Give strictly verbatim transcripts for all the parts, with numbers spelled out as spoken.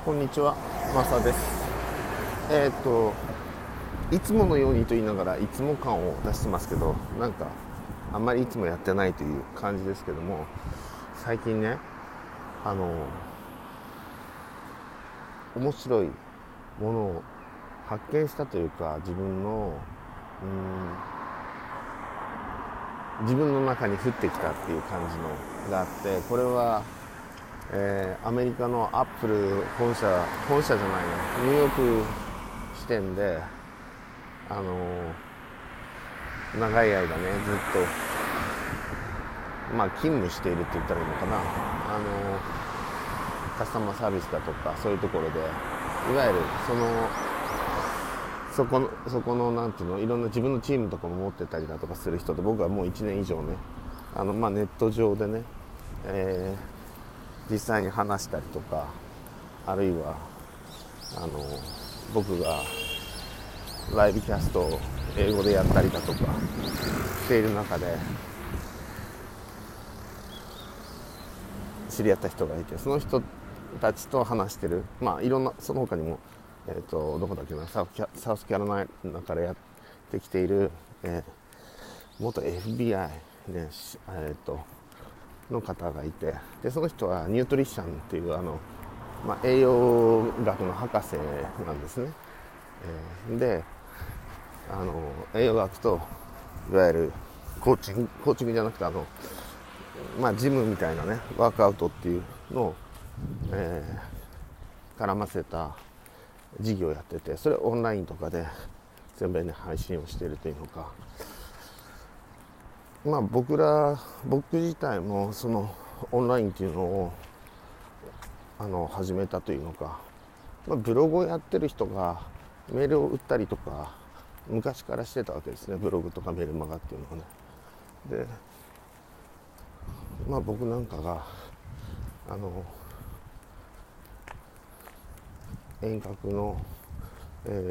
こんにちは、マサです。えー、っといつものようにと言いながらいつも感を出してますけど、なんかあんまりいつもやってないという感じですけども、最近ね、あの面白いものを発見したというか、自分のうーん自分の中に降ってきたっていう感じのがあって、これはえー、アメリカのアップル本社本社じゃないのニューヨーク支店で、あのー、長い間ねずっと、まあ、勤務しているって言ったらいいのかな、あのー、カスタマーサービスだとかそういうところで、いわゆるそのそこのそこのなんていうの、いろんな自分のチームとかも持ってたりだとかする人で、僕はもういちねん以上ね、あの、まあ、ネット上でね、えー実際に話したりとか、あるいはあの僕がライブキャストを英語でやったりだとかしている中で知り合った人がいて、その人たちと話してる、まあいろんな、その他にも、えー、とどこだっけな、サウスキャ、サウスキャロライナからやってきている、えー、元 エフビーアイ、ね、えっ、ー、との方がいて、でその人はニュートリシャンっていうあの、まあ、栄養学の博士なんですね、えー、であの栄養学といわゆるコーチングコーチングじゃなくて、あの、まあ、ジムみたいなね、ワークアウトっていうのを、えー、絡ませた事業をやってて、それをオンラインとかで全部ね配信をしているというのか、まあ、僕ら僕自体もそのオンラインっていうのをあの始めたというのか、まあ、ブログをやってる人がメールを売ったりとか昔からしてたわけですね、ブログとかメールマガっていうのはね。で、まあ僕なんかがあの遠隔の、え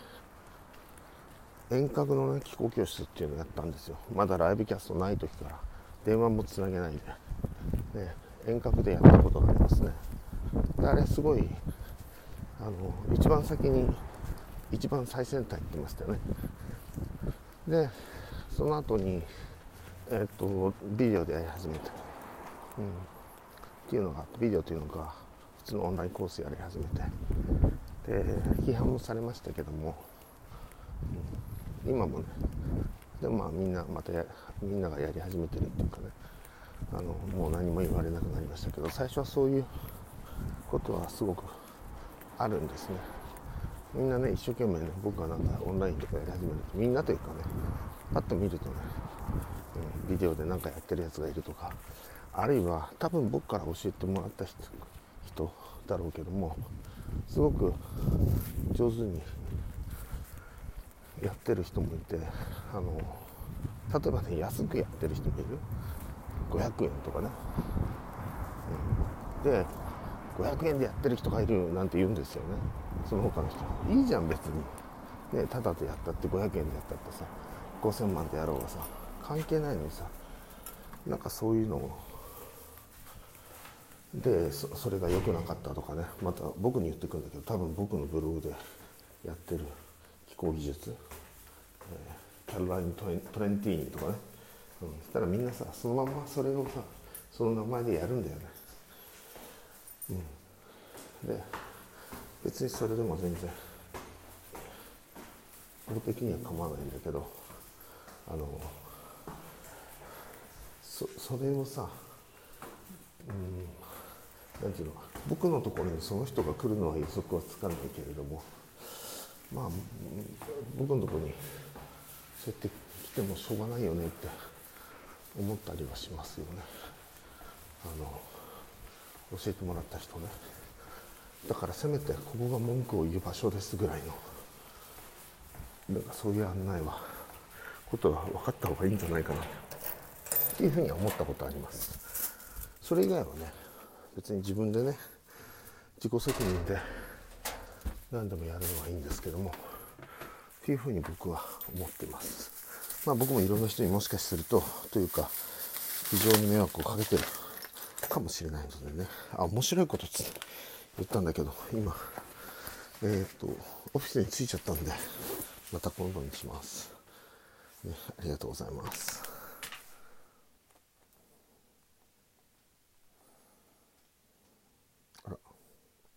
ー、遠隔のね気候教室っていうのをやったんですよ。まだライブキャストない時から、電話もつなげないで、ね、遠隔でやったことがありますね。であれすごい、あの一番先に一番最先端行ってましたよね。でその後にえっとビデオでやり始めた、うん、っていうのがあって、ビデオというのが普通のオンラインコースやり始めて、で批判もされましたけども、うん、今もね、でもまあみんなまたやみんながやり始めてるっていうかね、あのもう何も言われなくなりましたけど、最初はそういうことはすごくあるんですね。みんなね一生懸命ね、僕がなんかオンラインとかやり始めると、みんなというかね、パッと見るとね、うん、ビデオで何かやってるやつがいるとか、あるいは多分僕から教えてもらった人、人だろうけども、すごく上手にやってる人もいて、あの例えばね、安くやってる人もいる、ごひゃくえんとかね、うん、でごひゃくえんでやってる人がいるなんて言うんですよね、その他の人。いいじゃん別にね、タダでやったってごひゃくえんでやったってさ、ごせんまんでやろうがさ関係ないのにさ、なんかそういうのをで そ, それが良くなかったとかね、また僕に言ってくるんだけど、多分僕のブログでやってる気候技術、えー、キャロライントレンティーニとかね、うん、そしたらみんなさ、そのままそれをさ、その名前でやるんだよね、うん、で別にそれでも全然法的には構わないんだけど、あの そ, それをさ、うん、なんていうの、僕のところにその人が来るのは予測はつかないけれども、まあ僕のところにそうやって来てもしょうがないよねって思ったりはしますよね。あの教えてもらった人ね。だからせめてここが文句を言う場所ですぐらいの、なんかそういう案内はことが分かった方がいいんじゃないかなっていうふうには思ったことあります。それ以外はね、別に自分でね自己責任で何でもやるのはいいんですけどもっていうふうに僕は思っています。まあ僕もいろんな人にもしかするとというか非常に迷惑をかけてるかもしれないのでね、あ面白いこと言ったんだけど、今えっとオフィスに着いちゃったんで、また今度にします、ね、ありがとうございます。